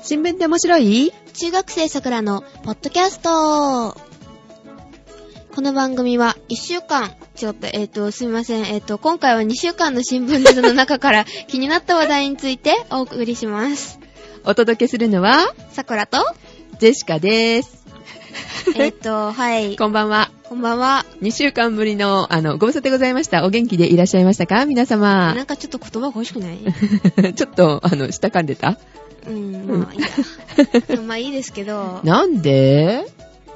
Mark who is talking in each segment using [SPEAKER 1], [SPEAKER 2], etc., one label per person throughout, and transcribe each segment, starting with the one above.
[SPEAKER 1] 新聞って面白い？
[SPEAKER 2] 中学生さくらのポッドキャスト。この番組は1週間、すみません。今回は2週間の新聞などの中から気になった話題についてお送りします。
[SPEAKER 1] お届けするのは、
[SPEAKER 2] さくらと、
[SPEAKER 1] ジェシカです。
[SPEAKER 2] はい。
[SPEAKER 1] こんばんは。
[SPEAKER 2] こんばんは。
[SPEAKER 1] 2週間ぶりの、ご無沙汰でございました。お元気でいらっしゃいましたか皆様。
[SPEAKER 2] なんかちょっと言葉欲しくない？
[SPEAKER 1] ちょっと、舌噛んでた？
[SPEAKER 2] まあいいや。まあいいですけど。
[SPEAKER 1] なんで？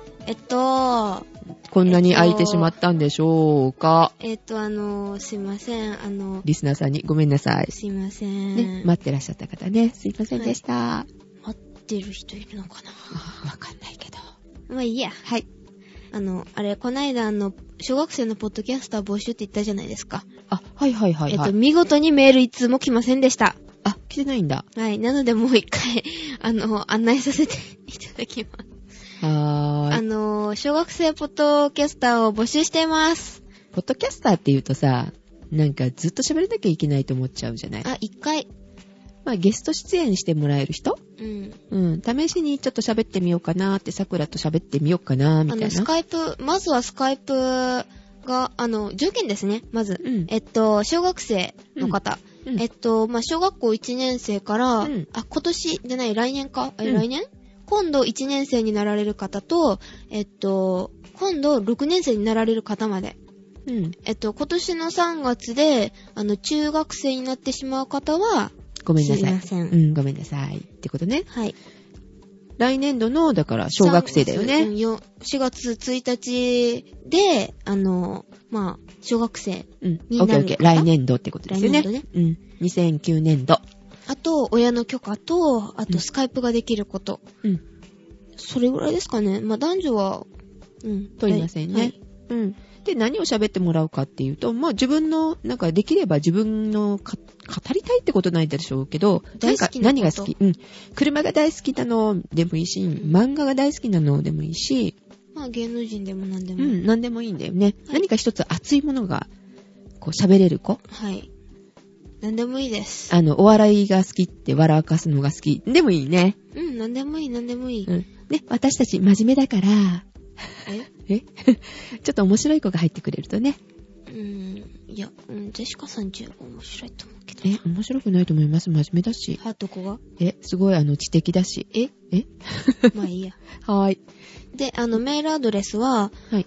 [SPEAKER 1] こんなに空いてしまったんでしょうか。
[SPEAKER 2] すいません。
[SPEAKER 1] リスナーさんにごめんなさい。
[SPEAKER 2] すいません。
[SPEAKER 1] ね、待ってらっしゃった方ね。すいませんでした。
[SPEAKER 2] はい、待ってる人いるのかな？
[SPEAKER 1] わかんないけど。
[SPEAKER 2] まあいいや。はい。こないだ小学生のポッドキャスター募集って言ったじゃないですか。
[SPEAKER 1] あ、はいはいはいはい。
[SPEAKER 2] 見事にメール一通も来ませんでした。
[SPEAKER 1] あ、来てないんだ。
[SPEAKER 2] はい。なのでもう一回、案内させていただきます。小学生ポッドキャスターを募集しています。
[SPEAKER 1] ポッドキャスターって言うとさ、なんかずっと喋らなきゃいけないと思っちゃうじゃない？
[SPEAKER 2] 一回。
[SPEAKER 1] まあゲスト出演してもらえる人？試しにちょっと喋ってみようかなって、桜と喋ってみようかな、みたいな。
[SPEAKER 2] まずはスカイプが、条件ですね、まず。小学生の方。小学校1年生から、今年じゃない、来年か？来年？今度1年生になられる方と、今度6年生になられる方まで。今年の3月で、中学生になってしまう方は、
[SPEAKER 1] ごめんなさい。
[SPEAKER 2] すいません。
[SPEAKER 1] ごめんなさい。ってことね。
[SPEAKER 2] はい。
[SPEAKER 1] 来年度の、だから、小学生だよね。
[SPEAKER 2] 4月1日で、小学生になる。
[SPEAKER 1] オッケー。来年度ってことですよね。
[SPEAKER 2] 来年度ね。
[SPEAKER 1] 2009年度。
[SPEAKER 2] あと、親の許可と、あと、スカイプができること。それぐらいですかね。まあ、男女は、
[SPEAKER 1] 問いませんね。はい。で、何を喋ってもらうかっていうと、まあ、自分の、なんかできれば自分の語りたいってことないでしょうけど、
[SPEAKER 2] 大好きなこと。
[SPEAKER 1] 何が好き？車が大好きなのでもいいし、漫画が大好きなのでもいいし、
[SPEAKER 2] まあ、芸能人でも何でもいい。
[SPEAKER 1] 何でもいいんだよね。はい、何か一つ熱いものが、こう喋れる子。
[SPEAKER 2] はい。何でもいいです。
[SPEAKER 1] お笑いが好きって笑かすのが好き。でもいいね。
[SPEAKER 2] 何でもいい。
[SPEAKER 1] ね、私たち真面目だから、ちょっと面白い子が入ってくれるとね。
[SPEAKER 2] いや、ジェシカさん十分面白いと思うけど。
[SPEAKER 1] 面白くないと思います。真面目だし。
[SPEAKER 2] どこが？
[SPEAKER 1] すごい知的だし。
[SPEAKER 2] まあいいや。
[SPEAKER 1] はーい。
[SPEAKER 2] で、メールアドレスは、
[SPEAKER 1] はい。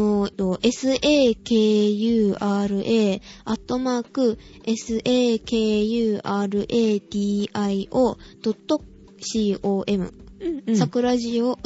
[SPEAKER 2] sakura.sakuradio.com。桜ジオ、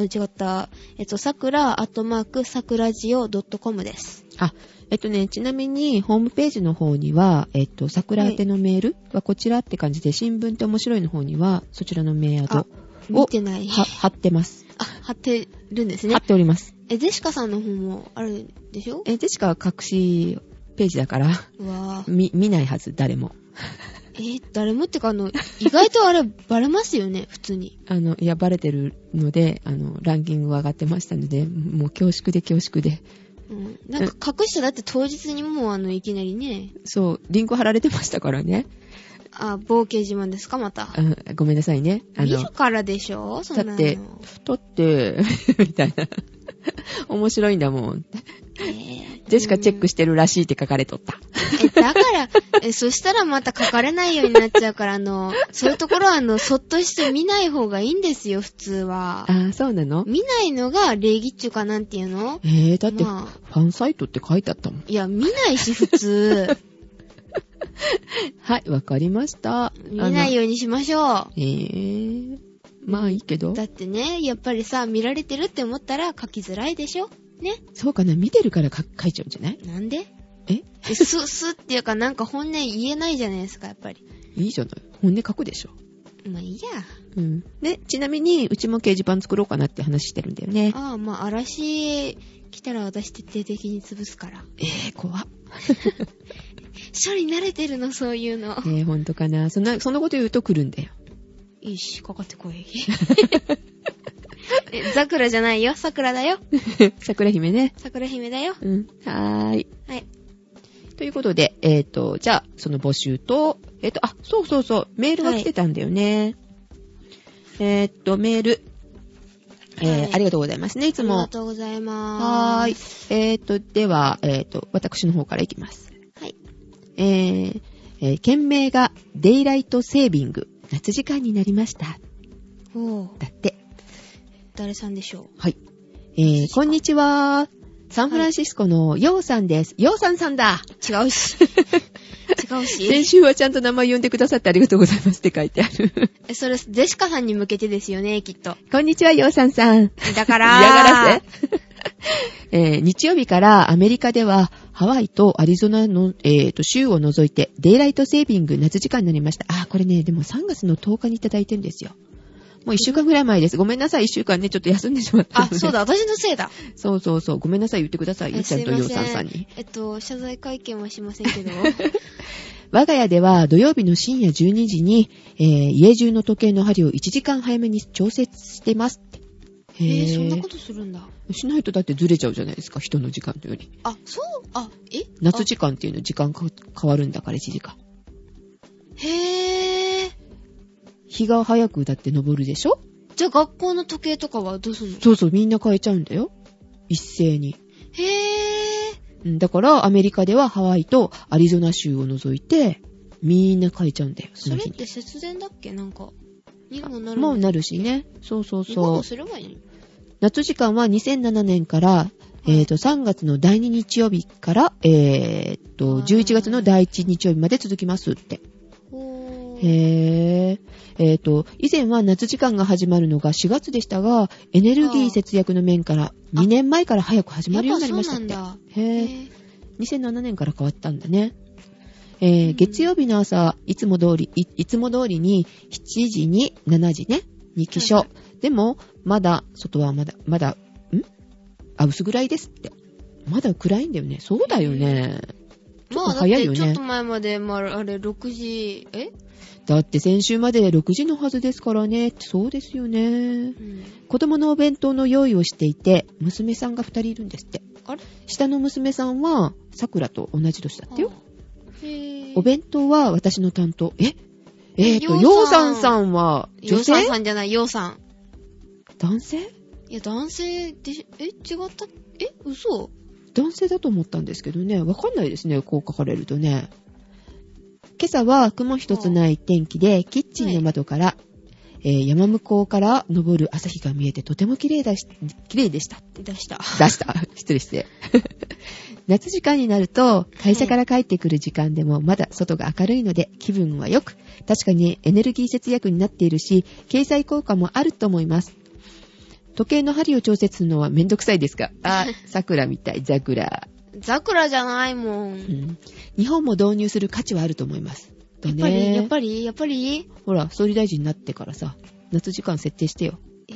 [SPEAKER 2] 桜@桜ジオ.com です。
[SPEAKER 1] ちなみに、ホームページの方には、桜宛てのメールはこちらって感じで、新聞って面白いの方には、そちらのメアドを貼ってます。
[SPEAKER 2] 貼ってるんですね。
[SPEAKER 1] 貼っております。
[SPEAKER 2] ジェシカさんの方もあるでしょ？
[SPEAKER 1] ジェシカは隠しページだから、見ないはず、誰も。
[SPEAKER 2] 誰もってか、意外とあれ、バレますよね、普通に。
[SPEAKER 1] いや、バレてるので、ランキングが上がってましたので、もう恐縮で。
[SPEAKER 2] なんか隠しただって当日にもういきなりね。
[SPEAKER 1] そう、リンク貼られてましたからね。
[SPEAKER 2] 冒険自慢ですか、また。
[SPEAKER 1] ごめんなさいね。
[SPEAKER 2] 見るからでしょ、そんなの。
[SPEAKER 1] だって、みたいな。面白いんだもん。ジェシカチェックしてるらしいって書かれとった。
[SPEAKER 2] だから、そしたらまた書かれないようになっちゃうから、そういうところはそっとして見ない方がいいんですよ、普通は。
[SPEAKER 1] そうなの？
[SPEAKER 2] 見ないのが礼儀っちゅうかなんていうの？
[SPEAKER 1] だって、ファンサイトって書いてあったもん。
[SPEAKER 2] いや、見ないし、普通。
[SPEAKER 1] はい、わかりました。
[SPEAKER 2] 見ないようにしましょう。
[SPEAKER 1] まあいいけど。
[SPEAKER 2] だってね、やっぱりさ、見られてるって思ったら書きづらいでしょ？ね。
[SPEAKER 1] そうかな、見てるから書いちゃうんじゃない？
[SPEAKER 2] なんで？すっていうかなんか本音言えないじゃないですか、やっぱり。
[SPEAKER 1] いいじゃない。本音書くでしょ。
[SPEAKER 2] まあいいや。
[SPEAKER 1] で、ちなみに、うちも掲示板作ろうかなって話してるんだよね。
[SPEAKER 2] まあ嵐来たら私徹底的に潰すから。
[SPEAKER 1] 怖っ。
[SPEAKER 2] 処理慣れてるの、そういうの。
[SPEAKER 1] ほんとかな。そんなこと言うと来るんだよ。
[SPEAKER 2] いいし、かかってこい。桜じゃないよ、桜だよ。
[SPEAKER 1] 桜姫ね。
[SPEAKER 2] 桜姫だよ。
[SPEAKER 1] はーい。
[SPEAKER 2] はい。
[SPEAKER 1] ということで、じゃあ、その募集と、そう、メールが来てたんだよね。 メール。ありがとうございますね、いつも。
[SPEAKER 2] ありがとうございま
[SPEAKER 1] ーす。では、私の方からいきます。
[SPEAKER 2] はい。
[SPEAKER 1] 件名が、デイライトセービング、夏時間になりました。だって。
[SPEAKER 2] 誰さんでしょう。
[SPEAKER 1] はい。こんにちは。サンフランシスコのヨウさんです。ヨウさんさんだ。
[SPEAKER 2] 違うし。違うし。
[SPEAKER 1] 先週はちゃんと名前呼んでくださってありがとうございますって書いてある。
[SPEAKER 2] それ、デシカさんに向けてですよね、きっと。
[SPEAKER 1] こんにちは、ヨウさんさん。
[SPEAKER 2] だから。
[SPEAKER 1] 嫌がらせ。日曜日からアメリカではハワイとアリゾナの、州を除いてデイライトセービング夏時間になりました。これね、でも3月の10日にいただいてるんですよ。もう1週間ぐらい前です。ごめんなさい、1週間ね、ちょっと休んでしまったので。
[SPEAKER 2] そうだ、私のせいだ。
[SPEAKER 1] そう。ごめんなさい、言ってくださいよ、ちゃんとヨウさんさんに。
[SPEAKER 2] 謝罪会見はしませんけど。
[SPEAKER 1] 我が家では土曜日の深夜12時に、家中の時計の針を1時間早めに調節してますって。
[SPEAKER 2] そんなことするんだ。
[SPEAKER 1] しないとだってずれちゃうじゃないですか、人の時間とより。
[SPEAKER 2] そう？
[SPEAKER 1] 夏時間っていうの時間変わるんだから1時間。日が早くだって昇るでしょ？
[SPEAKER 2] じゃあ学校の時計とかはどうするの？
[SPEAKER 1] そう、みんな変えちゃうんだよ。一斉に。だからアメリカではハワイとアリゾナ州を除いてみんな変えちゃうんだよ。
[SPEAKER 2] それって節電だっけ？なんかにもなる
[SPEAKER 1] もうなるしね。そう。
[SPEAKER 2] 今すればいいの？
[SPEAKER 1] 夏時間は2007年から、3月の第2日曜日から、11月の第1日曜日まで続きますって。以前は夏時間が始まるのが4月でしたが、エネルギー節約の面から2年前から早く始まるようになりましたって。
[SPEAKER 2] そうなんだ。
[SPEAKER 1] 2007年から変わったんだね。月曜日の朝、いつも通りに7時に7時ね、に起床。でも、まだ、外はまだ、薄暗いですって。まだ暗いんだよね。そうだよね。ちょっと早いよね。
[SPEAKER 2] ちょっと前まで、6時、
[SPEAKER 1] だって先週まで6時のはずですからね。そうですよね。子供のお弁当の用意をしていて、娘さんが2人いるんですって。下の娘さんは、桜と同じ年だったよ。お弁当は私の担当。ヨウさんさんは女性？
[SPEAKER 2] ヨウさんじゃない、ヨウさん。
[SPEAKER 1] 男性？
[SPEAKER 2] いや、男性で、違った？嘘？
[SPEAKER 1] 男性だと思ったんですけどね。わかんないですね、こう書かれるとね。今朝は雲一つない天気で、キッチンの窓から、山向こうから昇る朝日が見えてとても綺麗でした。
[SPEAKER 2] 出した。
[SPEAKER 1] 失礼。夏時間になると、会社から帰ってくる時間でもまだ外が明るいので気分は良く、確かにエネルギー節約になっているし、経済効果もあると思います。時計の針を調節するのはめんどくさいですか？桜みたい、桜
[SPEAKER 2] じゃないもん。
[SPEAKER 1] 日本も導入する価値はあると思います。
[SPEAKER 2] やっぱり
[SPEAKER 1] ほら、総理大臣になってからさ、夏時間設定してよ。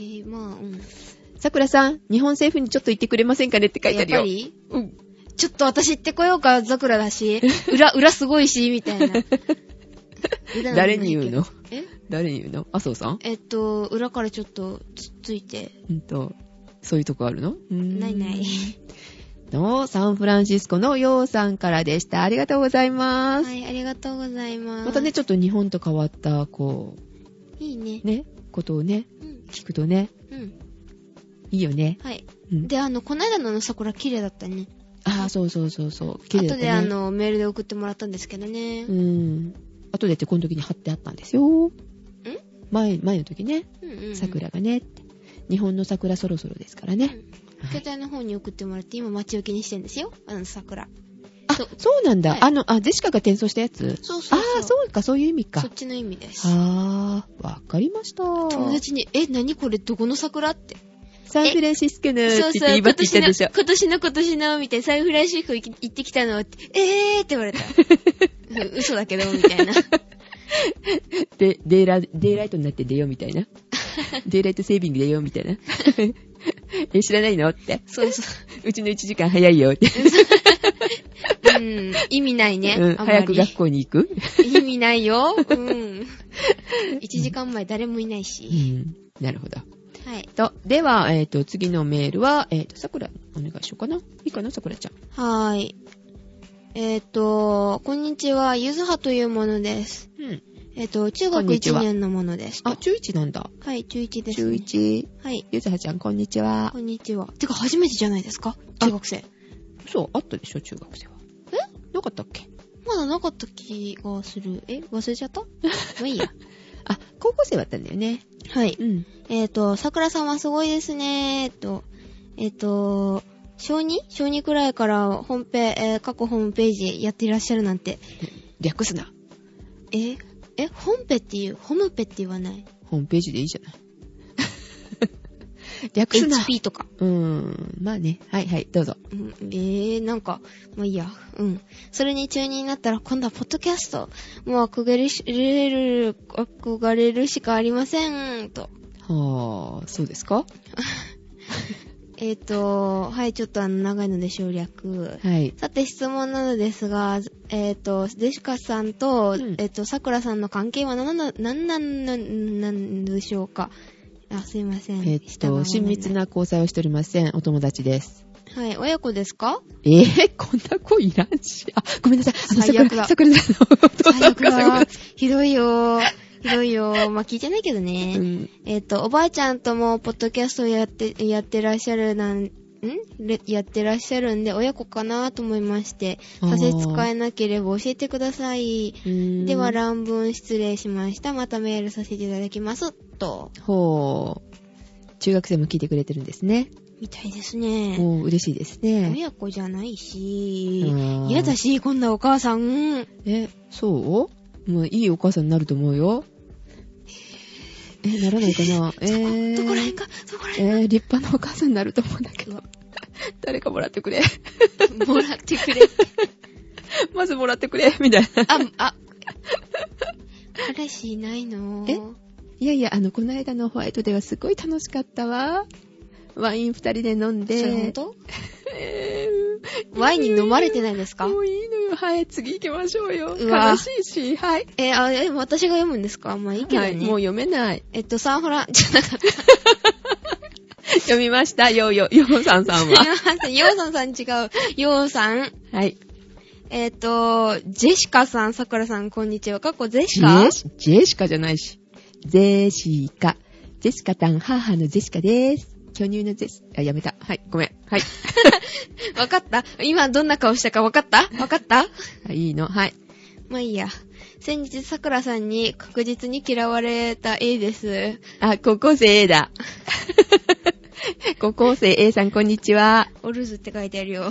[SPEAKER 1] 桜さん、日本政府にちょっと言ってくれませんかねって書いてあるよ。
[SPEAKER 2] やっぱり？ちょっと私行ってこようか、桜だし。裏すごいし、みたいな。
[SPEAKER 1] 誰に言うの？麻生さん？
[SPEAKER 2] 裏からちょっとついて。
[SPEAKER 1] そういうとこあるの？
[SPEAKER 2] ない。
[SPEAKER 1] のサンフランシスコのヨウさんからでした。ありがとうございます。
[SPEAKER 2] はい、ありがとうございます。
[SPEAKER 1] またね、ちょっと日本と変わった、
[SPEAKER 2] いいね。
[SPEAKER 1] ね、ことをね、聞くとね。いいよね。
[SPEAKER 2] はい。で、この間の桜綺麗だったね。
[SPEAKER 1] そう。綺麗だったね。
[SPEAKER 2] 後でメールで送ってもらったんですけどね。
[SPEAKER 1] 後でってこの時に貼ってあったんですよ。前の時ね。桜がねって。日本の桜そろそろですからね。
[SPEAKER 2] 携帯の方に送ってもらって今待ち受けにしてんですよ。桜。
[SPEAKER 1] そうなんだ。ジェシカが転送したやつ？
[SPEAKER 2] そう。
[SPEAKER 1] そうか、そういう意味か。
[SPEAKER 2] そっちの意味です。
[SPEAKER 1] わかりました。
[SPEAKER 2] 友達に、何これどこの桜って。
[SPEAKER 1] サンフランシスコのって言って言い張ってきたでしょ。
[SPEAKER 2] 今年の、みたいな、サンフランシスコ行ってきたのって、って言われた。嘘だけど、みたいな。
[SPEAKER 1] で、デイライトになって出ようみたいな。デイライトセービング出ようみたいな。知らないのって。
[SPEAKER 2] そう。
[SPEAKER 1] うちの1時間早いよって。
[SPEAKER 2] 意味ないね。
[SPEAKER 1] 早く学校に行く？
[SPEAKER 2] 意味ないよ。1時間前誰もいないし。
[SPEAKER 1] なるほど。
[SPEAKER 2] はい。
[SPEAKER 1] では、次のメールは、さくら、お願いしようかな。いいかな、さくらちゃん。
[SPEAKER 2] はーい。こんにちは、ゆずはというものです。 中学1年のものです。
[SPEAKER 1] あ、中1なんだ。
[SPEAKER 2] はい、中1です、
[SPEAKER 1] ね。中1。
[SPEAKER 2] はい。
[SPEAKER 1] ゆずはちゃん、こんにちは。
[SPEAKER 2] こんにちは。てか、初めてじゃないですか？中学生。
[SPEAKER 1] そう、あったでしょ、中学生は。なかったっけ？
[SPEAKER 2] まだなかった気がする。忘れちゃった？まあいいや。
[SPEAKER 1] あ、高校生だったんだよね。
[SPEAKER 2] はい。うん。桜さんはすごいですね。小2くらいから過去ホームページやっていらっしゃるなんて。
[SPEAKER 1] 略すな。
[SPEAKER 2] 本ペっていう、ホームペって言わない。
[SPEAKER 1] ホームページでいいじゃない。略すな。
[SPEAKER 2] HP とか。
[SPEAKER 1] まあね。はいはい、どうぞ。
[SPEAKER 2] なんか、まあいいや。それに中2になったら今度はポッドキャスト。もう憧れるしかありません。と。
[SPEAKER 1] はあ、そうですか？
[SPEAKER 2] はい、ちょっと長いので省略。はい。さて、質問なのですが、ジェシカさんと、さくらさんの関係は何なんでしょうか？すいません。
[SPEAKER 1] 親密な交際をしておりません。お友達です。
[SPEAKER 2] はい。親子ですか？
[SPEAKER 1] こんな子いらんし。ごめんなさい。
[SPEAKER 2] 最悪だ。
[SPEAKER 1] さくらさんのお父さん。
[SPEAKER 2] 最悪だ。ひどいよ。まあ、聞いてないけどね。おばあちゃんとも、ポッドキャストをやってらっしゃるやってらっしゃるんで、親子かなと思いまして、差し支えなければ教えてください。では、乱文失礼しました。またメールさせていただきます。と。
[SPEAKER 1] ほう。中学生も聞いてくれてるんですね。
[SPEAKER 2] みたいですね。
[SPEAKER 1] 嬉しいですね。
[SPEAKER 2] 親子じゃないし、嫌だし、こんなお母さん。
[SPEAKER 1] そう？もういいお母さんになると思うよ。ならないかな。
[SPEAKER 2] どこら辺か
[SPEAKER 1] 立派なお母さんになると思うんだけど。誰かもらってくれ。
[SPEAKER 2] もらってくれ。
[SPEAKER 1] まずもらってくれ、みたいな。
[SPEAKER 2] 彼氏いないの？
[SPEAKER 1] いやいや、この間のホワイトデーはすごい楽しかったわ。ワイン2人で飲んで。
[SPEAKER 2] それ本当？ワインに飲まれてないですか？
[SPEAKER 1] もういいのよ。はい、次行きましょうよ。悲しいし、はい。
[SPEAKER 2] 私が読むんですか？まあいいけどね。はい、
[SPEAKER 1] もう読めない。
[SPEAKER 2] サンフラン、じゃなかった。
[SPEAKER 1] 読みました。ヨーさんさんは。
[SPEAKER 2] ヨーさん違う。ヨーさん。
[SPEAKER 1] はい。
[SPEAKER 2] ジェシカさん、さくらさん、こんにちは。ジェシカ？
[SPEAKER 1] ジェシカじゃないし。ジェシカタン、母のジェシカです。巨乳のやめた。はい、ごめん。はい。
[SPEAKER 2] わかった？今どんな顔したかわかった？
[SPEAKER 1] いいの。はい。
[SPEAKER 2] まあいいや。先日、さくらさんに確実に嫌われた A です。
[SPEAKER 1] 高校生 A だ。高校生 A さん、こんにちは。
[SPEAKER 2] おるずって書いてあるよ。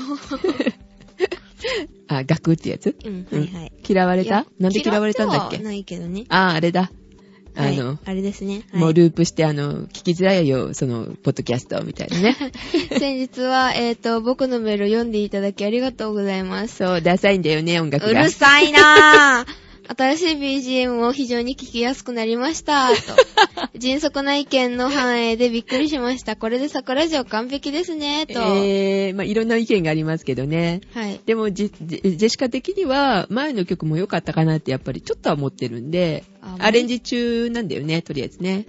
[SPEAKER 1] 学ってやつ？
[SPEAKER 2] はいはい。
[SPEAKER 1] 嫌われた？なんで嫌われたんだっけ？
[SPEAKER 2] 嫌われはないけどね。
[SPEAKER 1] あれだ。
[SPEAKER 2] あれですね。
[SPEAKER 1] もうループして聞きづらいよ、その、ポッドキャストみたいなね。
[SPEAKER 2] 先日は、僕のメールを読んでいただきありがとうございます。
[SPEAKER 1] そう、ダサいんだよね、音楽が。
[SPEAKER 2] うるさいなぁ。新しい BGM も非常に聞きやすくなりました。と。迅速な意見の反映でびっくりしました。これで桜城完璧ですね。と。
[SPEAKER 1] まあ、いろんな意見がありますけどね。
[SPEAKER 2] はい。
[SPEAKER 1] でもジェシカ的には、前の曲も良かったかなってやっぱりちょっとは思ってるんで、アレンジ中なんだよね、とりあえずね。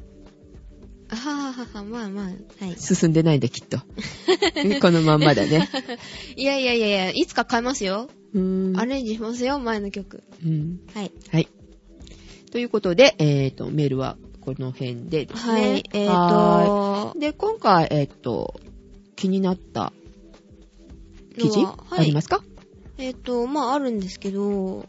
[SPEAKER 2] まあ、はい。
[SPEAKER 1] 進んでないんだ、きっと。このまんまだね。
[SPEAKER 2] いや、いつか変えますよ。アレンジしますよ、前の曲。はい。
[SPEAKER 1] はい。ということで、メールはこの辺でですね。
[SPEAKER 2] はい。
[SPEAKER 1] で、今回、気になった記事、ありますか？
[SPEAKER 2] まあ、あるんですけど、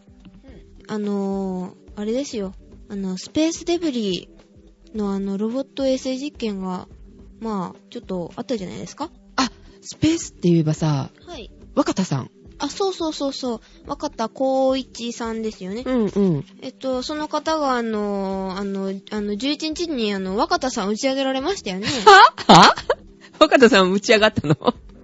[SPEAKER 2] あれですよ。スペースデブリのロボット衛星実験が、まあ、ちょっとあったじゃないですか？
[SPEAKER 1] スペースって言えばさ、
[SPEAKER 2] はい。
[SPEAKER 1] 若田さん。
[SPEAKER 2] そう。若田光一さんですよね。その方が11日に若田さん打ち上げられましたよね。
[SPEAKER 1] は若田さん打ち上がったの？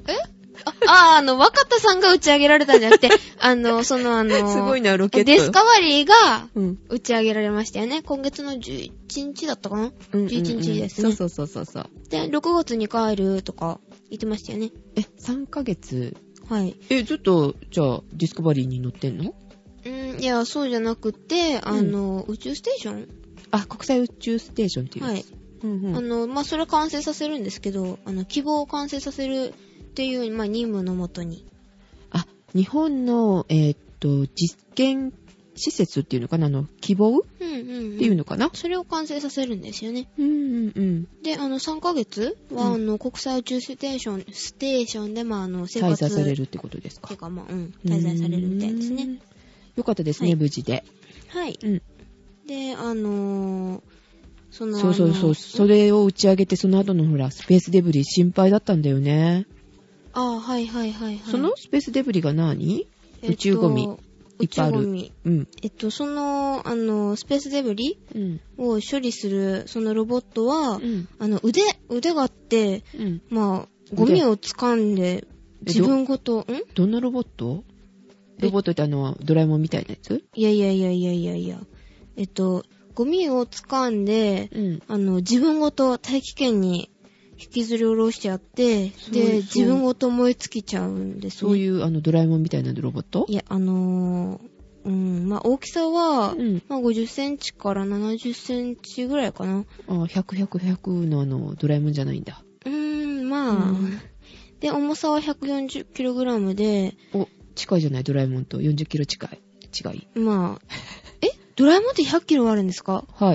[SPEAKER 2] 若田さんが打ち上げられたんじゃなくて、
[SPEAKER 1] すごいな、ロケット。
[SPEAKER 2] ディスカバリーが打ち上げられましたよね。今月の11日だったかな？ 11 日ですね。
[SPEAKER 1] そう。
[SPEAKER 2] で、6月に帰るとか言ってましたよね。
[SPEAKER 1] 3ヶ月？
[SPEAKER 2] はい。
[SPEAKER 1] ずっと、じゃあ、ディスカバリーに乗ってんの？
[SPEAKER 2] いや、そうじゃなくて、宇宙ステーション？
[SPEAKER 1] 国際宇宙ステーションっていう。
[SPEAKER 2] はい。まあ、それ完成させるんですけど、希望を完成させるっていう、まあ、任務のもとに。
[SPEAKER 1] 日本の、実験施設っていうのかな、希望、っていうのかな。
[SPEAKER 2] それを完成させるんですよね。
[SPEAKER 1] で、
[SPEAKER 2] 3ヶ月は、国際宇宙ステーションで、生活。
[SPEAKER 1] 滞在されるってことですか。
[SPEAKER 2] てか、滞在されるみたいですね。
[SPEAKER 1] よかったですね、無事で。
[SPEAKER 2] はい。で、
[SPEAKER 1] そう。それを打ち上げて、その後のほら、スペースデブリ心配だったんだよね。
[SPEAKER 2] はい。
[SPEAKER 1] そのスペースデブリが何？宇宙ゴミ。いっぱいある。
[SPEAKER 2] その、スペースデブリを処理する、そのロボットは、腕があって、ゴミを掴んで、自分ごと、
[SPEAKER 1] どんなロボット？ロボットってドラえもんみたいなやつ？
[SPEAKER 2] いや。ゴミを掴んで、自分ごと大気圏に引きずり下ろしちゃって、で、自分ごと燃え尽きちゃうんですね。
[SPEAKER 1] そういうドラえもんみたいなロボット？
[SPEAKER 2] いや、大きさは、50センチから70センチぐらいかな。
[SPEAKER 1] 100のドラえもんじゃないんだ。
[SPEAKER 2] で、重さは140キログラムで、
[SPEAKER 1] 近いじゃない、ドラえもんと40キロ近い。違い。
[SPEAKER 2] ドラえもんって100キロあるんですか？
[SPEAKER 1] はい。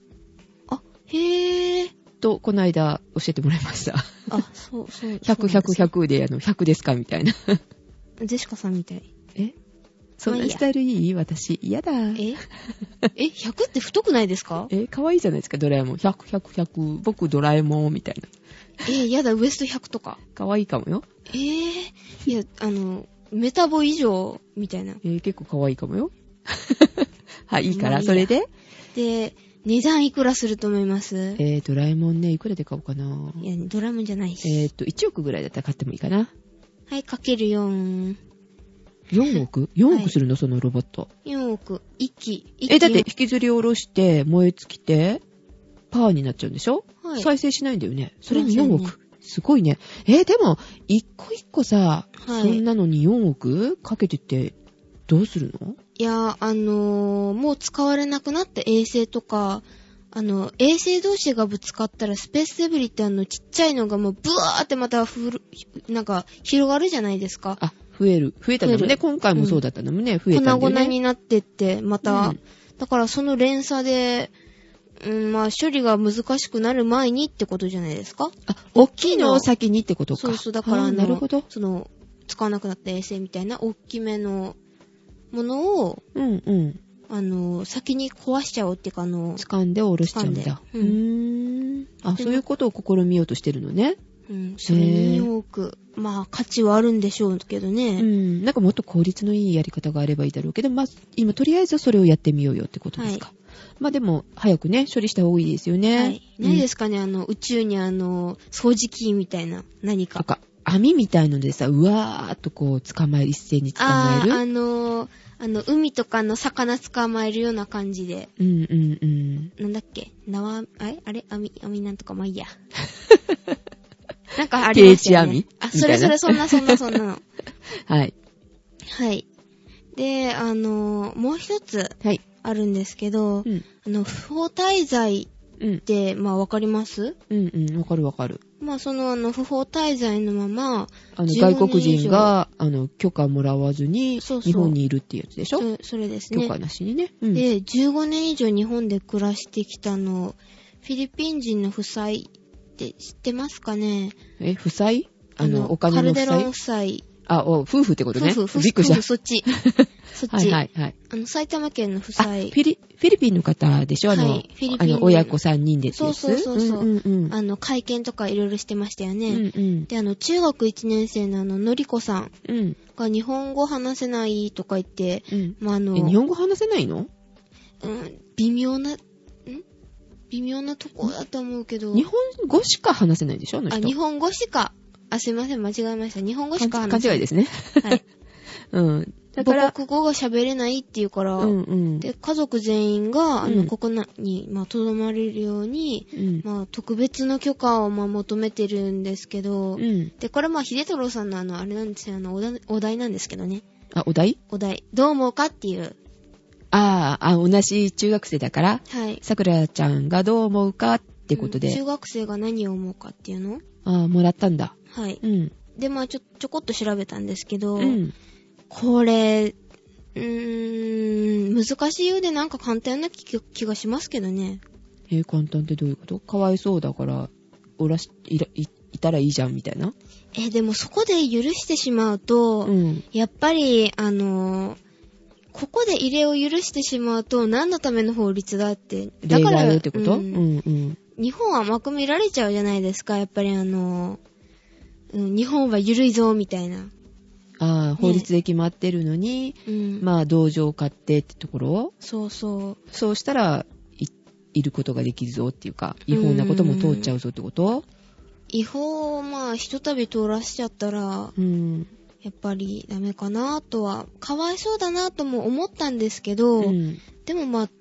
[SPEAKER 2] へー。
[SPEAKER 1] と、この間教えてもらいました。
[SPEAKER 2] そう。
[SPEAKER 1] 100で、100ですかみたいな。
[SPEAKER 2] ジェシカさんみたい。
[SPEAKER 1] そんなスタイルいい？私、嫌だ。
[SPEAKER 2] 100って太くないですか？
[SPEAKER 1] 可愛いじゃないですか、ドラえもん。100。僕、ドラえもん、みたいな。
[SPEAKER 2] やだ、ウエスト100とか。
[SPEAKER 1] 可愛いかもよ。
[SPEAKER 2] いや、メタボ以上、みたいな。
[SPEAKER 1] 結構可愛いかもよ。はい、いいから、それで？
[SPEAKER 2] で、値段いくらすると思います？
[SPEAKER 1] ドラえもんね、いくらで買おうかな。
[SPEAKER 2] いや、ドラえもんじゃないし。
[SPEAKER 1] 1億ぐらいだったら買ってもいいかな。
[SPEAKER 2] はい、かける4。
[SPEAKER 1] 4億 ?4 億するの、そのロボット。
[SPEAKER 2] 4億。1機。
[SPEAKER 1] だって引きずり下ろして、燃え尽きて、パワーになっちゃうんでしょ？はい。再生しないんだよね。それに4億。すごいね。でも、一個一個さ、そんなのに4億かけてってどうするの？
[SPEAKER 2] いや、もう使われなくなった衛星とか、衛星同士がぶつかったらスペースデブリってちっちゃいのがもうブワーってまたなんか広がるじゃないですか。
[SPEAKER 1] 増えたのもね、今回もそうだったのもね、増えたんだよね。
[SPEAKER 2] 粉々になってって、また、だからその連鎖で、処理が難しくなる前にってことじゃないですか？
[SPEAKER 1] 大きいのを先にってことか。
[SPEAKER 2] そう、だから
[SPEAKER 1] なるほど。
[SPEAKER 2] 使わなくなった衛星みたいな大きめのものを、先に壊しちゃおうっていうか、
[SPEAKER 1] 掴んで下ろしちゃうんだ。そういうことを試みようとしてるのね。
[SPEAKER 2] それに多く、価値はあるんでしょうけどね。
[SPEAKER 1] なんかもっと効率のいいやり方があればいいだろうけど、今とりあえずそれをやってみようよってことですか。でも、早くね、処理した方がいいですよね。はい。
[SPEAKER 2] ないですかね、宇宙に掃除機みたいな、何か。
[SPEAKER 1] とか、網みたいのでさ、うわーっとこう、一斉に捕まえる。
[SPEAKER 2] 海とかの魚捕まえるような感じで。なんだっけ？あれ網なんとか、いいや。なんかありますよね。
[SPEAKER 1] 定置網？
[SPEAKER 2] それ、そんなの。
[SPEAKER 1] はい。
[SPEAKER 2] はい。で、もう一つ。はい。あるんですけど、不法滞在って、わかります？
[SPEAKER 1] わかる。
[SPEAKER 2] その、不法滞在のまま、
[SPEAKER 1] 外国人が、許可もらわずに、日本にいるっていうやつでしょ？
[SPEAKER 2] それですね。
[SPEAKER 1] 許可なしにね。
[SPEAKER 2] で、15年以上日本で暮らしてきたフィリピン人の夫妻って知ってますかね？
[SPEAKER 1] 夫妻？お金の夫妻？カル
[SPEAKER 2] デロン夫妻。
[SPEAKER 1] 夫婦ってことね。
[SPEAKER 2] 夫婦、そっち。
[SPEAKER 1] はい。
[SPEAKER 2] 埼玉県の夫妻。
[SPEAKER 1] フィリピンの方でしょ？フィリピン親子3人でってやつ。
[SPEAKER 2] そう。会見とかいろいろしてましたよね。で、中学1年生ののりこさんが日本語話せないとか言って、
[SPEAKER 1] 日本語話せないの？
[SPEAKER 2] 微妙なとこだと思うけど。
[SPEAKER 1] 日本語しか話せないでしょ？
[SPEAKER 2] 日本語しか。すいません、間違えました。日本語しか話せない。
[SPEAKER 1] 勘違いですね。
[SPEAKER 2] はい。母国語が喋れないっていうから、で、家族全員が、ここに、とどまれるように、特別の許可を、求めてるんですけど、で、これ秀太郎さんのあれなんですよ、お題なんですけどね。
[SPEAKER 1] お題？
[SPEAKER 2] お題。どう思うかっていう。
[SPEAKER 1] 同じ中学生だから、はい。さくらちゃんがどう思うかってことで。
[SPEAKER 2] 中学生が何を思うかっていうの？
[SPEAKER 1] もらったんだ。
[SPEAKER 2] はい。で、ちょこっと調べたんですけど、これ、難難しいようでなんか簡単な気がしますけどね。
[SPEAKER 1] 簡単ってどういうこと？かわいそうだから、いたらいいじゃんみたいな。
[SPEAKER 2] でもそこで許してしまうと、やっぱり、ここで異例を許してしまうと、何のための法律だって。
[SPEAKER 1] だから、例外ってこと？
[SPEAKER 2] 日本は甘く見られちゃうじゃないですか、やっぱり日本は緩いぞ、みたいな。
[SPEAKER 1] 法律で決まってるのに、まあ、同情を買ってってところ？
[SPEAKER 2] そう
[SPEAKER 1] したら、いることができるぞっていうか、違法なことも通っちゃうぞってこと？
[SPEAKER 2] 違法を、まあ、ひとたび通らしちゃったら、やっぱりダメかなとは、かわいそうだなとも思ったんですけど、でもまあ、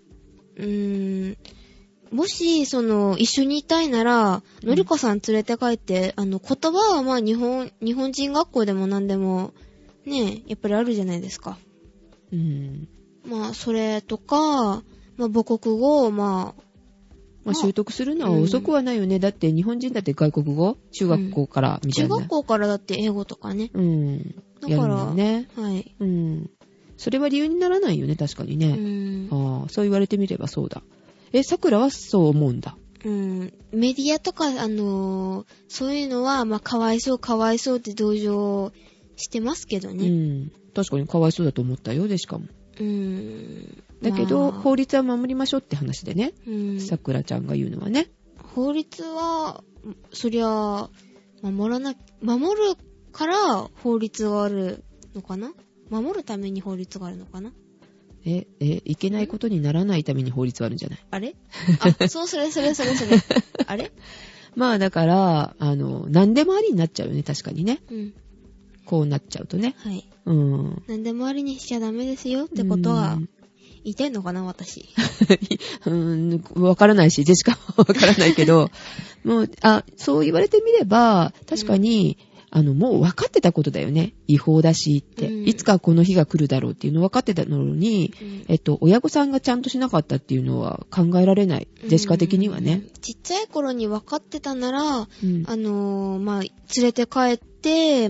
[SPEAKER 2] もし、一緒にいたいなら、のりこさん連れて帰って、言葉はまあ日本人学校でも何でも、ね、やっぱりあるじゃないですか。まあ、それとか、まあ、母国語をまあ、
[SPEAKER 1] 習得するのは遅くはないよね。だって日本人だって外国語中学校からみたいな。
[SPEAKER 2] 中学校からだって英語とかね。だから、
[SPEAKER 1] ね。
[SPEAKER 2] はい。
[SPEAKER 1] それは理由にならないよね、確かにね。そう言われてみればそうだ。桜はそう思うんだ。
[SPEAKER 2] メディアとか、そういうのは、まあ、かわいそうって同情してますけどね。
[SPEAKER 1] 確かにかわいそうだと思ったよ、でしかも。だけど、法律は守りましょうって話でね。桜ちゃんが言うのはね。
[SPEAKER 2] 法律は、そりゃ、守るから法律があるのかな？守るために法律があるのかな？
[SPEAKER 1] いけないことにならないために法律はあるんじゃない？
[SPEAKER 2] あれ？それ。あれ？
[SPEAKER 1] まあだから、何でもありになっちゃうよね、確かにね。こうなっちゃうとね。
[SPEAKER 2] はい。何でもありにしちゃダメですよってことは、言いたいのかな、私。
[SPEAKER 1] わからないし、ジェシカはわからないけど、もう、そう言われてみれば、確かに、もう分かってたことだよね。違法だしって。いつかこの日が来るだろうっていうの分かってたのに、親御さんがちゃんとしなかったっていうのは考えられない。ジェシカ的にはね。
[SPEAKER 2] ちっちゃい頃に分かってたなら、まあ、連れて帰って、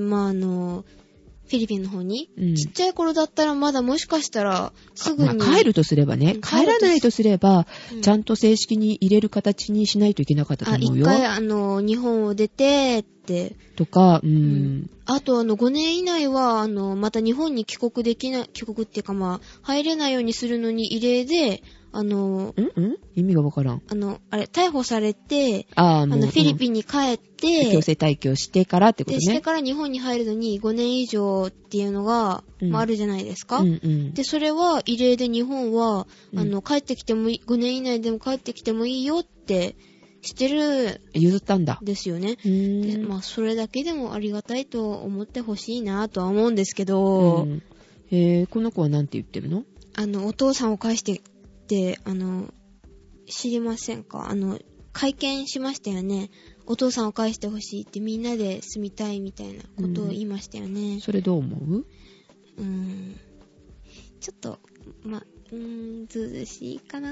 [SPEAKER 2] まあ、フィリピンの方に、ちっちゃい頃だったらまだもしかしたらすぐに、
[SPEAKER 1] 帰るとすればね、帰らないとすれば、ちゃんと正式に入れる形にしないといけなかったと思うよ。
[SPEAKER 2] 一回日本を出てって
[SPEAKER 1] とか、
[SPEAKER 2] あと5年以内はまた日本に帰国っていうかまあ入れないようにするのに異例で
[SPEAKER 1] 意味がわからん。
[SPEAKER 2] 逮捕されて、フィリピンに帰って、
[SPEAKER 1] 強制退去してからってことね。
[SPEAKER 2] してから日本に入るのに5年以上っていうのが、あるじゃないですか。で、それは異例で日本は、帰ってきても5年以内でも帰ってきてもいいよってしてる。
[SPEAKER 1] 譲ったんだ。
[SPEAKER 2] ですよね。で、まあ、それだけでもありがたいと思ってほしいなとは思うんですけど、
[SPEAKER 1] この子はなんて言ってるの？
[SPEAKER 2] お父さんを返して、知りませんか？会見しましたよね。お父さんを返してほしいってみんなで住みたいみたいなことを言いましたよね。
[SPEAKER 1] それどう思う？
[SPEAKER 2] ちょっと、ずうずしいかな。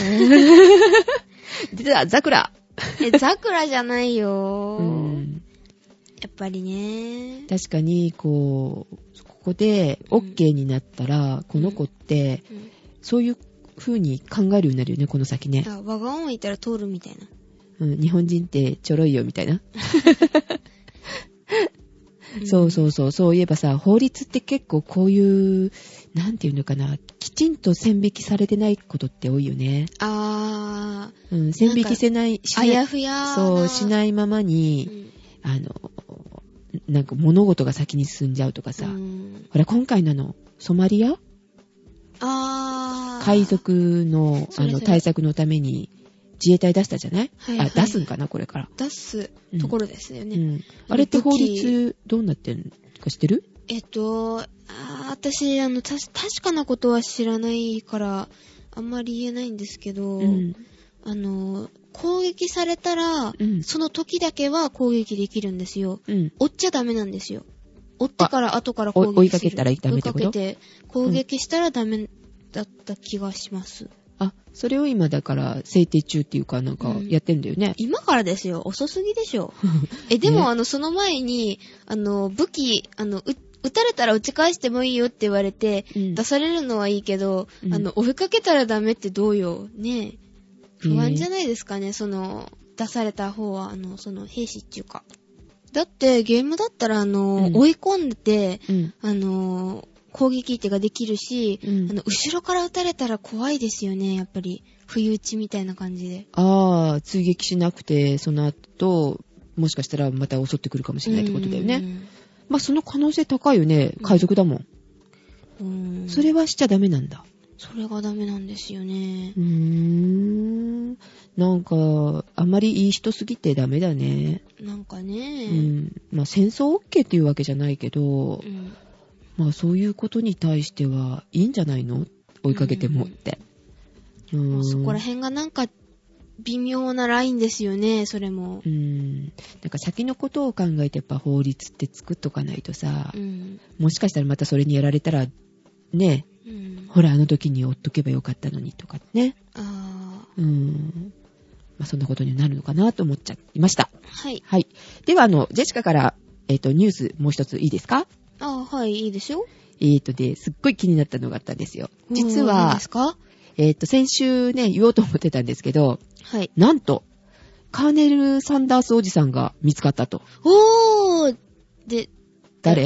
[SPEAKER 1] 実はザクラ。
[SPEAKER 2] ザクラじゃないよ。やっぱりね。
[SPEAKER 1] 確かに、ここで OK になったら、この子って、そういう風に考えるようになるよね、この先ね。
[SPEAKER 2] ワガンをいたら通るみたいな。
[SPEAKER 1] 日本人ってちょろいよみたいな。そういえばさ、法律って結構こういう、なんていうのかな、きちんと線引きされてないことって多いよね。線引きせない、
[SPEAKER 2] あやふや。
[SPEAKER 1] そう、しないままに、なんか物事が先に進んじゃうとかさ。ほら、今回ソマリア？海賊の、対策のために自衛隊出したじゃない？出すんかな、これから。
[SPEAKER 2] 出すところですよね。
[SPEAKER 1] あれって法律どうなってんか知ってる？
[SPEAKER 2] 私、確かなことは知らないから、あんまり言えないんですけど、攻撃されたら、その時だけは攻撃できるんですよ。追っちゃダメなんですよ。追ってから後から攻撃する。
[SPEAKER 1] 追いかけたらダメってこと？
[SPEAKER 2] 追いかけて攻撃したらダメだった気がします。
[SPEAKER 1] それを今だから制定中っていうかなんかやってんだよね。
[SPEAKER 2] 今からですよ。遅すぎでしょ。でもその前に武器撃たれたら撃ち返してもいいよって言われて、出されるのはいいけど、追いかけたらダメってどうよ。ねえ。不安じゃないですかね、出された方は、兵士っていうか。だって、ゲームだったら、追い込んで、攻撃ってができるし、後ろから撃たれたら怖いですよね、やっぱり。不意打ちみたいな感じで。
[SPEAKER 1] ああ、追撃しなくて、その後、もしかしたらまた襲ってくるかもしれないってことだよね。まあ、その可能性高いよね。海賊だもん。それはしちゃダメなんだ。
[SPEAKER 2] それがダメなんですよね。
[SPEAKER 1] なんか、あんまりいい人すぎてダメだね。
[SPEAKER 2] なんかね。
[SPEAKER 1] まあ、戦争 OK っていうわけじゃないけど、まあ、そういうことに対してはいいんじゃないの？追いかけてもって。
[SPEAKER 2] そこら辺がなんか、微妙なラインですよね、それも。
[SPEAKER 1] なんか先のことを考えてやっぱ法律って作っとかないとさ、もしかしたらまたそれにやられたら、ね、ほらあの時に追っとけばよかったのにとかね。
[SPEAKER 2] ま
[SPEAKER 1] あ、そんなことになるのかなと思っちゃいました。
[SPEAKER 2] はい。
[SPEAKER 1] はい。ではジェシカから、ニュースもう一ついいですか？
[SPEAKER 2] はい、いいですよ。
[SPEAKER 1] すっごい気になったのがあったんですよ。実は、
[SPEAKER 2] 何ですか？
[SPEAKER 1] 先週ね、言おうと思ってたんですけど、
[SPEAKER 2] はい。
[SPEAKER 1] なんと、カーネル・サンダースおじさんが見つかったと。
[SPEAKER 2] で、
[SPEAKER 1] 誰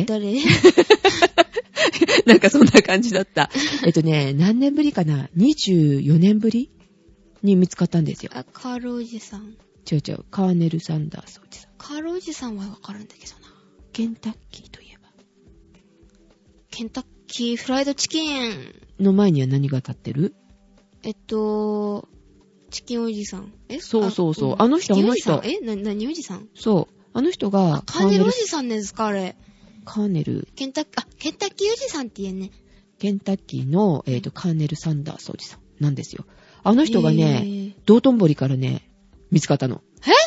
[SPEAKER 1] なんかそんな感じだった。何年ぶりかな ?24 年ぶりに見つかったんですよ。
[SPEAKER 2] カールおじさん。
[SPEAKER 1] 違う、カーネル・サンダースおじさん。
[SPEAKER 2] カールおじさんはわかるんだけどな。
[SPEAKER 1] ケンタッキーといえば。
[SPEAKER 2] ケンタッキーフライドチキン
[SPEAKER 1] の前には何が立ってる？
[SPEAKER 2] チキンおじさん。
[SPEAKER 1] そう。あの人。
[SPEAKER 2] 何おじさん？
[SPEAKER 1] そう。あの人が。
[SPEAKER 2] カーネルおじさんですか、あれ。
[SPEAKER 1] カーネル。
[SPEAKER 2] ケンタッキーおじさんって言えね。
[SPEAKER 1] ケンタッキーの、カーネル・サンダースおじさんなんですよ。あの人がね、道頓堀からね、見つかったの。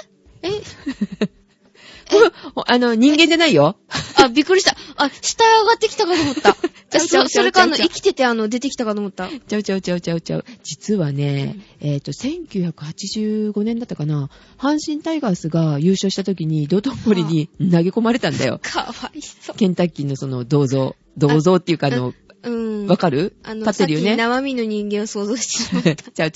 [SPEAKER 1] 人間じゃないよ。
[SPEAKER 2] びっくりした。下上がってきたかと思った。それから生きてて出てきたかと思った。
[SPEAKER 1] ちゃう。実はね、1985年だったかな、阪神タイガースが優勝した時に道頓堀に投げ込まれたんだよ。
[SPEAKER 2] かわいそう。
[SPEAKER 1] ケンタッキーのその銅像っていうかわかる？立ってるよね。
[SPEAKER 2] さっき生身の人間を想像してしまった。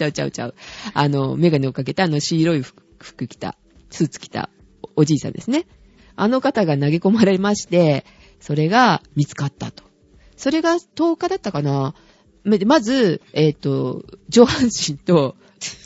[SPEAKER 1] ちゃう。メガネをかけた白い服着た、スーツ着たおじいさんですね。あの方が投げ込まれまして、それが見つかったと。それが10日だったかな。まず、上半身と、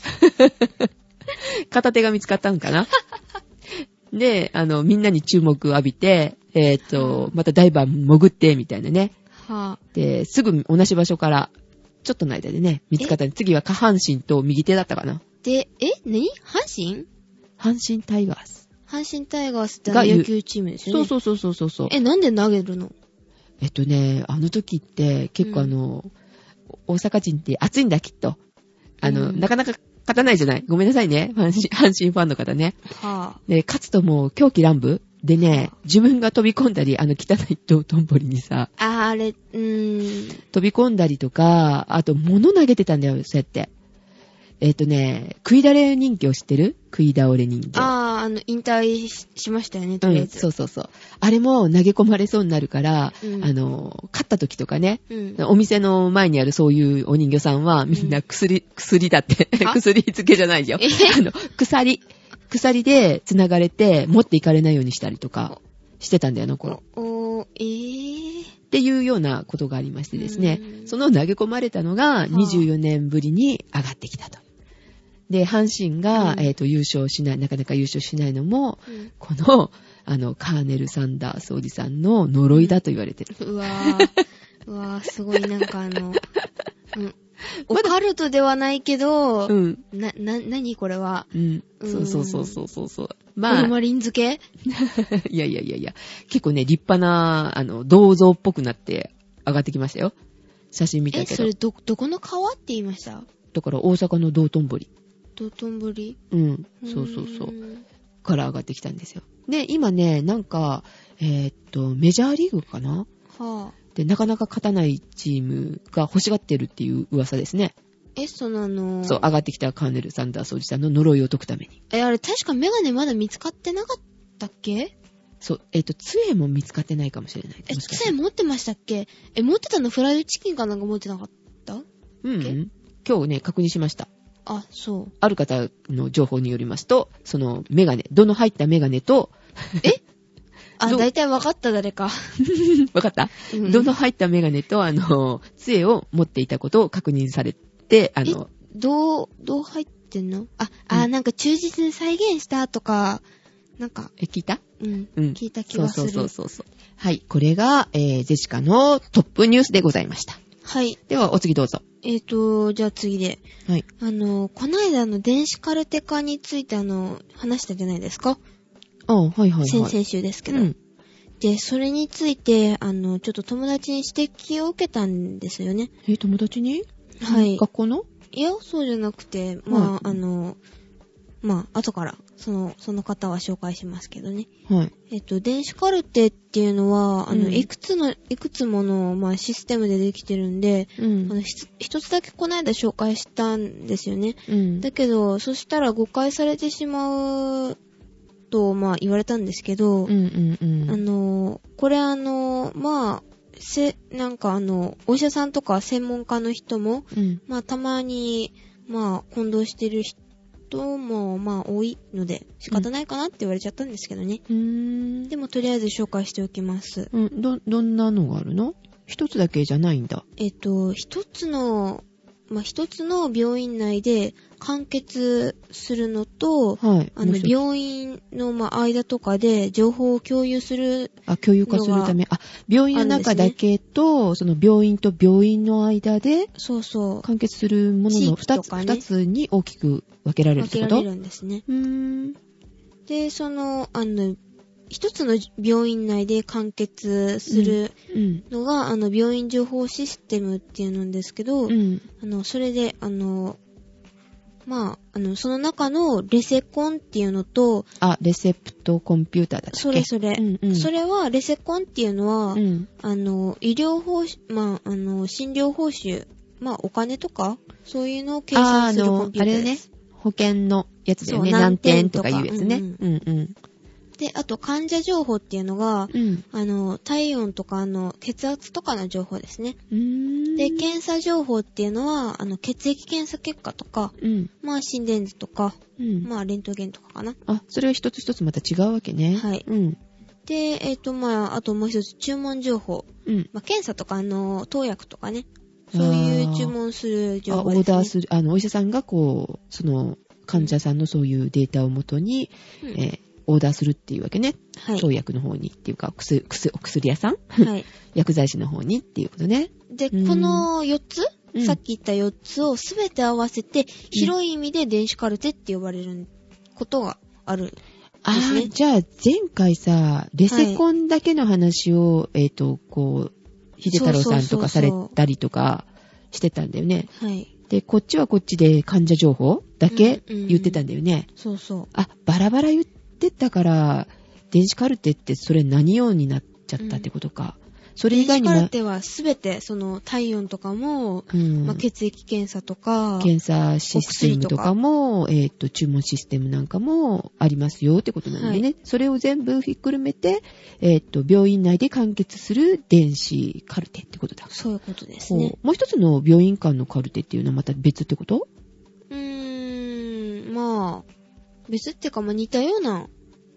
[SPEAKER 1] 片手が見つかったのかな。で、みんなに注目を浴びて、またダイバー潜って、みたいなね。で、すぐ同じ場所から、ちょっとの間でね、見つかった。次は下半身と右手だったかな。
[SPEAKER 2] で、何？阪
[SPEAKER 1] 神タイガース。
[SPEAKER 2] 阪神タイガースって野球チームですよね。
[SPEAKER 1] そう。
[SPEAKER 2] なんで投げるの？
[SPEAKER 1] あの時って結構大阪人って暑いんだきっと。なかなか勝たないじゃない。ごめんなさいね。阪神ファンの方ね。で、勝つともう狂気乱舞でね、自分が飛び込んだり、汚い道頓堀にさ。
[SPEAKER 2] あれ、
[SPEAKER 1] 飛び込んだりとか、あと物投げてたんだよ、そうやって。食いだれ人形知ってる？食い倒れ人形。
[SPEAKER 2] 引退しましたよね、とりあえず。
[SPEAKER 1] そう。あれも投げ込まれそうになるから、勝った時とかね、お店の前にあるそういうお人形さんは、みんな薬だって、薬漬けじじゃないよ。鎖で繋がれて、持っていかれないようにしたりとかしてたんだよ、あの頃。っていうようなことがありましてですね、その投げ込まれたのが24年ぶりに上がってきたと。で、阪神が、優勝しない、なかなか優勝しないのも、この、カーネル・サンダースおじさんの呪いだと言われてる。
[SPEAKER 2] うわー、すごいなんかオカルトではないけど、何これは。
[SPEAKER 1] そう。
[SPEAKER 2] ホルマリン漬け？
[SPEAKER 1] いや。結構ね、立派な、銅像っぽくなって上がってきましたよ。写真見たけど。
[SPEAKER 2] それどこの川って言いました？
[SPEAKER 1] だから大阪の道頓堀。
[SPEAKER 2] 道頓堀？
[SPEAKER 1] そう。から上がってきたんですよ。で、今ね、なんか、メジャーリーグかな？で、なかなか勝たないチームが欲しがってるっていう噂ですね。
[SPEAKER 2] そう、
[SPEAKER 1] 上がってきたカーネル・サンダースおじさんの呪いを解くために。
[SPEAKER 2] あれ、確かメガネまだ見つかってなかったっけ？
[SPEAKER 1] そう、杖も見つかってないかもしれない。
[SPEAKER 2] 杖持ってましたっけ？持ってたのフライドチキンかなんか持ってなかった？
[SPEAKER 1] うん。今日ね、確認しました。
[SPEAKER 2] あ、そう。
[SPEAKER 1] ある方の情報によりますと、そのメガネ、度の入ったメガネと、
[SPEAKER 2] だいたい分かった、誰か。
[SPEAKER 1] 分かった、度の入ったメガネと、杖を持っていたことを確認されて、
[SPEAKER 2] どう入ってんの？なんか忠実に再現したとか、なんか。
[SPEAKER 1] 聞いた？
[SPEAKER 2] うん。聞いた気がする。
[SPEAKER 1] そう。はい。これが、ジェシカのトップニュースでございました。
[SPEAKER 2] はい。
[SPEAKER 1] では、お次どうぞ。
[SPEAKER 2] じゃあ次で。
[SPEAKER 1] はい。
[SPEAKER 2] この間電子カルテ化について話したじゃないですか。
[SPEAKER 1] はい。
[SPEAKER 2] 先々週ですけど。で、それについて、ちょっと友達に指摘を受けたんですよね。
[SPEAKER 1] 友達に？
[SPEAKER 2] はい。
[SPEAKER 1] 学校の？
[SPEAKER 2] いや、そうじゃなくて、後から、その方は紹介しますけどね。
[SPEAKER 1] はい。
[SPEAKER 2] 電子カルテっていうのは、いくつもの、システムでできてるんで、一つだけこの間紹介したんですよね。だけど、そしたら誤解されてしまうと、言われたんですけど、これお医者さんとか専門家の人も、たまに、混同してる人も、多いので、仕方ないかなって言われちゃったんですけどね。でも、とりあえず紹介しておきます。
[SPEAKER 1] どんなのがあるの？一つだけじゃないんだ。
[SPEAKER 2] 一つの病院内で完結するのと、
[SPEAKER 1] はい、
[SPEAKER 2] 病院の間とかで情報を共有するのが、
[SPEAKER 1] 共有化するため、病院の中だけと、その病院と病院の間で、完結するものの2つに大きく分けられるってこと？
[SPEAKER 2] 分けられるんですね。で、一つの病院内で完結するのが、病院情報システムっていうのなんですけど、それで、その中のレセコンっていうのと、
[SPEAKER 1] レセプトコンピューターだっけ？
[SPEAKER 2] それ。それは、レセコンっていうのは、医療報酬、診療報酬、お金とか、そういうのを計算するコンピューターです。
[SPEAKER 1] あれね、保険のやつだよね。何点とかいうやつね。
[SPEAKER 2] で、あと患者情報っていうのが、体温とか血圧とかの情報ですね。で、検査情報っていうのは、血液検査結果とか、心電図とか、レントゲンとかかな。
[SPEAKER 1] それは一つ一つまた違うわけね。
[SPEAKER 2] はい。で、あともう一つ注文情報。検査とか投薬とかね。そういう注文する情報ですね。
[SPEAKER 1] オーダーする、お医者さんがその患者さんのそういうデータをもとに、オーダーするっていうわけね。投薬の方にっていうか、お薬屋さん、薬剤師の方にっていうことね。
[SPEAKER 2] で、この4つ、さっき言った4つをすべて合わせて、広い意味で電子カルテって呼ばれることがあるんですね。
[SPEAKER 1] じゃあ前回さ、レセコンだけの話を、秀太郎さんとかされたりとかしてたんだよね。で、こっちはこっちで患者情報だけ言ってたんだよね。バラバラ言ってたから、電子カルテってそれ何用になっちゃったってことか。それ以外にも。
[SPEAKER 2] 電子カルテはすべて、体温とかも、血液検査とか、
[SPEAKER 1] 検査システムとかも、注文システムなんかもありますよってことなんでね。それを全部ひっくるめて、病院内で完結する電子カルテってことだ。
[SPEAKER 2] そういうことですね。
[SPEAKER 1] もう一つの病院間のカルテっていうのはまた別ってこと？
[SPEAKER 2] 別っていうか、似たような、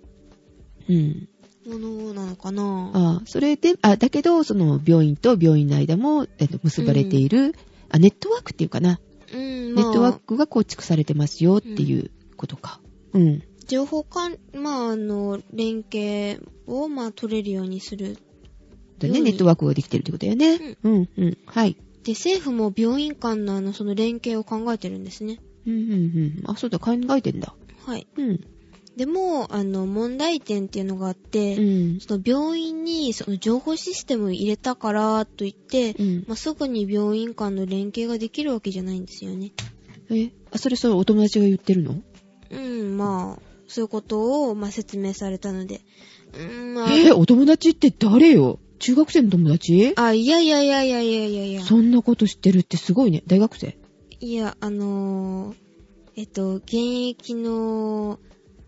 [SPEAKER 2] ものなのかな。
[SPEAKER 1] それで、だけど、その病院と病院の間も、結ばれている、ネットワークっていうかな。ネットワークが構築されてますよっていうことか。
[SPEAKER 2] 情報連携を、取れるようにする。
[SPEAKER 1] ネットワークができてるってことだよね。はい。
[SPEAKER 2] で、政府も病院間のその連携を考えてるんですね。
[SPEAKER 1] そうだ、考えてんだ。
[SPEAKER 2] はい。でも、問題点っていうのがあって、その病院にその情報システムを入れたからといって、すぐに病院間の連携ができるわけじゃないんですよね。
[SPEAKER 1] それお友達が言ってるの？
[SPEAKER 2] そういうことを、説明されたので。
[SPEAKER 1] お友達って誰よ？中学生の友達？
[SPEAKER 2] いや。
[SPEAKER 1] そんなこと知ってるってすごいね。大学生？
[SPEAKER 2] いや、現役の、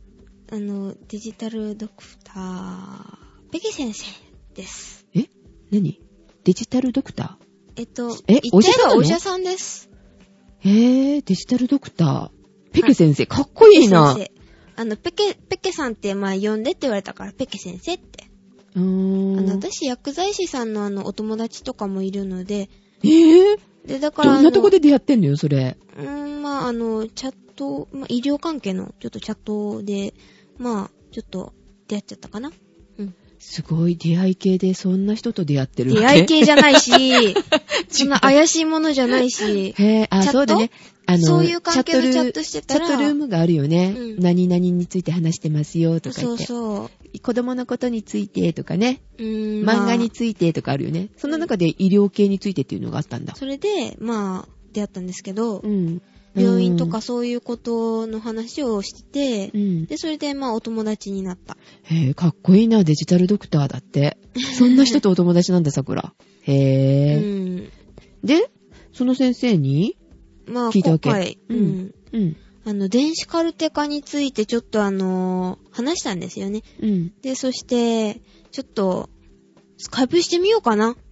[SPEAKER 2] デジタルドクター、ペケ先生です。
[SPEAKER 1] 何？デジタルドクタ
[SPEAKER 2] ー？お医者さんなの？お医者さんです。
[SPEAKER 1] デジタルドクター。ペケ先生、かっこいいな。
[SPEAKER 2] ペケさんって、呼んでって言われたから、ペケ先生って。私、薬剤師さんのお友達とかもいるので。で、だから。
[SPEAKER 1] どんなとこで出会ってんのよ、それ。
[SPEAKER 2] チャット、医療関係の、ちょっとチャットで、ちょっと出会っちゃったかな。
[SPEAKER 1] すごい出会い系でそんな人と出会ってるわけ。
[SPEAKER 2] 出会い系じゃないし、そんな怪しいものじゃないし。
[SPEAKER 1] そうだね。
[SPEAKER 2] そういう関係のチャットしてたら。
[SPEAKER 1] チャットルームがあるよね。何々について話してますよとか言って。
[SPEAKER 2] そう。
[SPEAKER 1] 子供のことについてとかね。漫画についてとかあるよね。その中で医療系についてっていうのがあったんだ。
[SPEAKER 2] それで、出会ったんですけど、病院とかそういうことの話をしてて、で、それでお友達になった。
[SPEAKER 1] かっこいいな、デジタルドクターだって。そんな人とお友達なんだ、桜。で、その先生に聞いたわけ。
[SPEAKER 2] 電子カルテ化についてちょっと話したんですよね。で、そして、ちょっと、スカイプしてみようかな。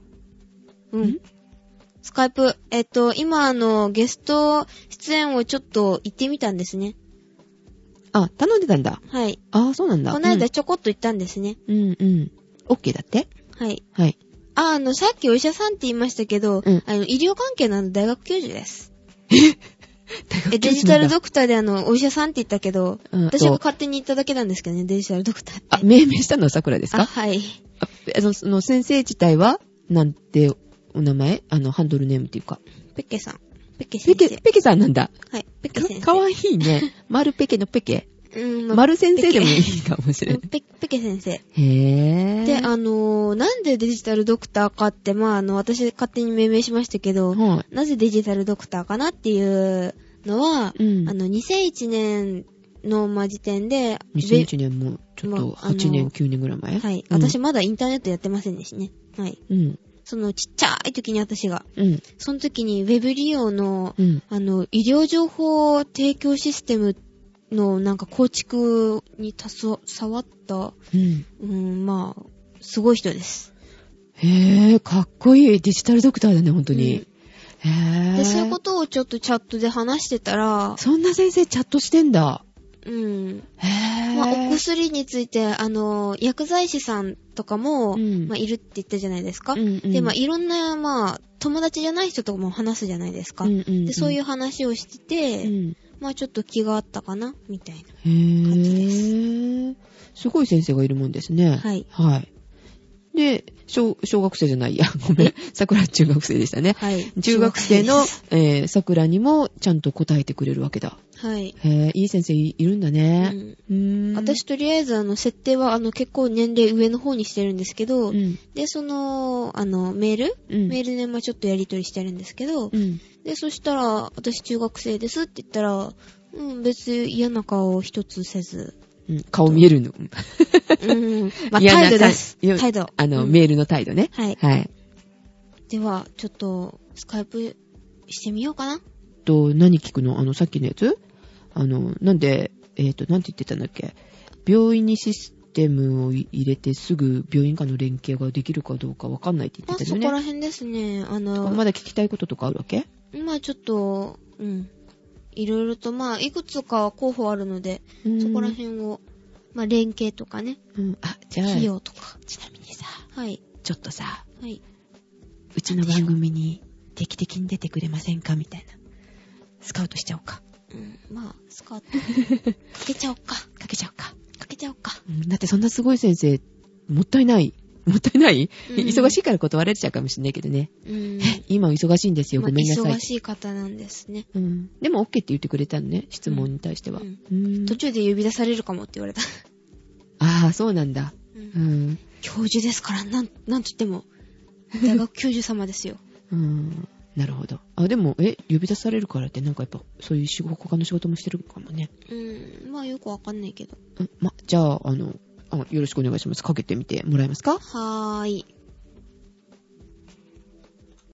[SPEAKER 2] スカイプ、今ゲスト出演をちょっと行ってみたんですね。
[SPEAKER 1] 頼んでたんだ。
[SPEAKER 2] はい。
[SPEAKER 1] そうなんだ。
[SPEAKER 2] この間ちょこっと行ったんですね。
[SPEAKER 1] OK だって？
[SPEAKER 2] はい。
[SPEAKER 1] はい。
[SPEAKER 2] さっきお医者さんって言いましたけど、医療関係の大学教授です。デジタルドクターでお医者さんって言ったけど、私が勝手に言っただけなんですけどね、デジタルドクターって。
[SPEAKER 1] 命名したのは桜ですか？
[SPEAKER 2] はい。
[SPEAKER 1] その先生自体はなんてお名前？ハンドルネームっていうか。
[SPEAKER 2] ペケさん。ペケ先生。
[SPEAKER 1] ペケさんなんだ。
[SPEAKER 2] はい。ペケ先生。
[SPEAKER 1] かわいいね。丸ペケのペケ。丸先生でもいいかもしれない。
[SPEAKER 2] ペケ先生。
[SPEAKER 1] で、
[SPEAKER 2] なんでデジタルドクターかって、私勝手に命名しましたけど、なぜデジタルドクターかなっていうのは、2001年の時点で、
[SPEAKER 1] 2001年もちょっと8年、9年ぐらい前？
[SPEAKER 2] はい。私まだインターネットやってませんでしたね。はい。そのちっちゃい時に私が、その時にウェブ利用の、医療情報提供システムの構築に触った、すごい人です。
[SPEAKER 1] かっこいいデジタルドクターだね、本当に。
[SPEAKER 2] で、そういうことをちょっとチャットで話してたら、
[SPEAKER 1] そんな先生チャットしてんだ。
[SPEAKER 2] お薬について、薬剤師さんとかも、いるって言ったじゃないですか。で、いろんな、友達じゃない人とかも話すじゃないですか。で、そういう話をしてて、ちょっと気があったかな、みたいな感じです。
[SPEAKER 1] すごい先生がいるもんですね。
[SPEAKER 2] はい。
[SPEAKER 1] はい。で、小学生じゃないや。ごめん。桜中学生でしたね。
[SPEAKER 2] はい。
[SPEAKER 1] 中学生の、桜にもちゃんと答えてくれるわけだ。
[SPEAKER 2] はい。
[SPEAKER 1] いい先生いるんだね。
[SPEAKER 2] 私とりあえず設定は結構年齢上の方にしてるんですけど、で、その、メールでちょっとやり取りしてるんですけど、で、そしたら、私中学生ですって言ったら、別に嫌な顔を一つせず、
[SPEAKER 1] 顔見えるの。
[SPEAKER 2] 態度です。態度。
[SPEAKER 1] メールの態度ね。
[SPEAKER 2] はい。
[SPEAKER 1] はい。
[SPEAKER 2] では、ちょっと、スカイプしてみようかな。
[SPEAKER 1] 何聞くの？さっきのやつ？なんで、なんて言ってたんだっけ？病院にシステムを入れてすぐ病院間の連携ができるかどうかわかんないって言ってたよね。
[SPEAKER 2] そこら辺ですね。
[SPEAKER 1] まだ聞きたいこととかあるわけ？
[SPEAKER 2] ちょっと、いろいろと、いくつか候補あるので、そこら辺を、連携とかね。
[SPEAKER 1] じゃあ、
[SPEAKER 2] 費用とか。
[SPEAKER 1] ちなみにさ、
[SPEAKER 2] はい。
[SPEAKER 1] ちょっとさ、
[SPEAKER 2] はい。
[SPEAKER 1] うちの番組に定期的に出てくれませんかみたいな。スカウトしちゃおうか。
[SPEAKER 2] スカウト。かけちゃおうか。
[SPEAKER 1] だってそんなすごい先生、もったいない。忙しいから断られちゃうかもしれないけどね。今忙しいんですよ。ごめんなさい。
[SPEAKER 2] 忙しい方なんですね。
[SPEAKER 1] でも OK って言ってくれたのね。質問に対しては。
[SPEAKER 2] 途中で呼び出されるかもって言われた。
[SPEAKER 1] そうなんだ。
[SPEAKER 2] 教授ですから、なんと言っても、大学教授様ですよ。
[SPEAKER 1] なるほど。でも、呼び出されるからってやっぱ、そういう他の仕事もしてるかもね。
[SPEAKER 2] よくわかんないけど。
[SPEAKER 1] じゃあ、よろしくお願いします。かけてみてもらえますか？
[SPEAKER 2] はーい。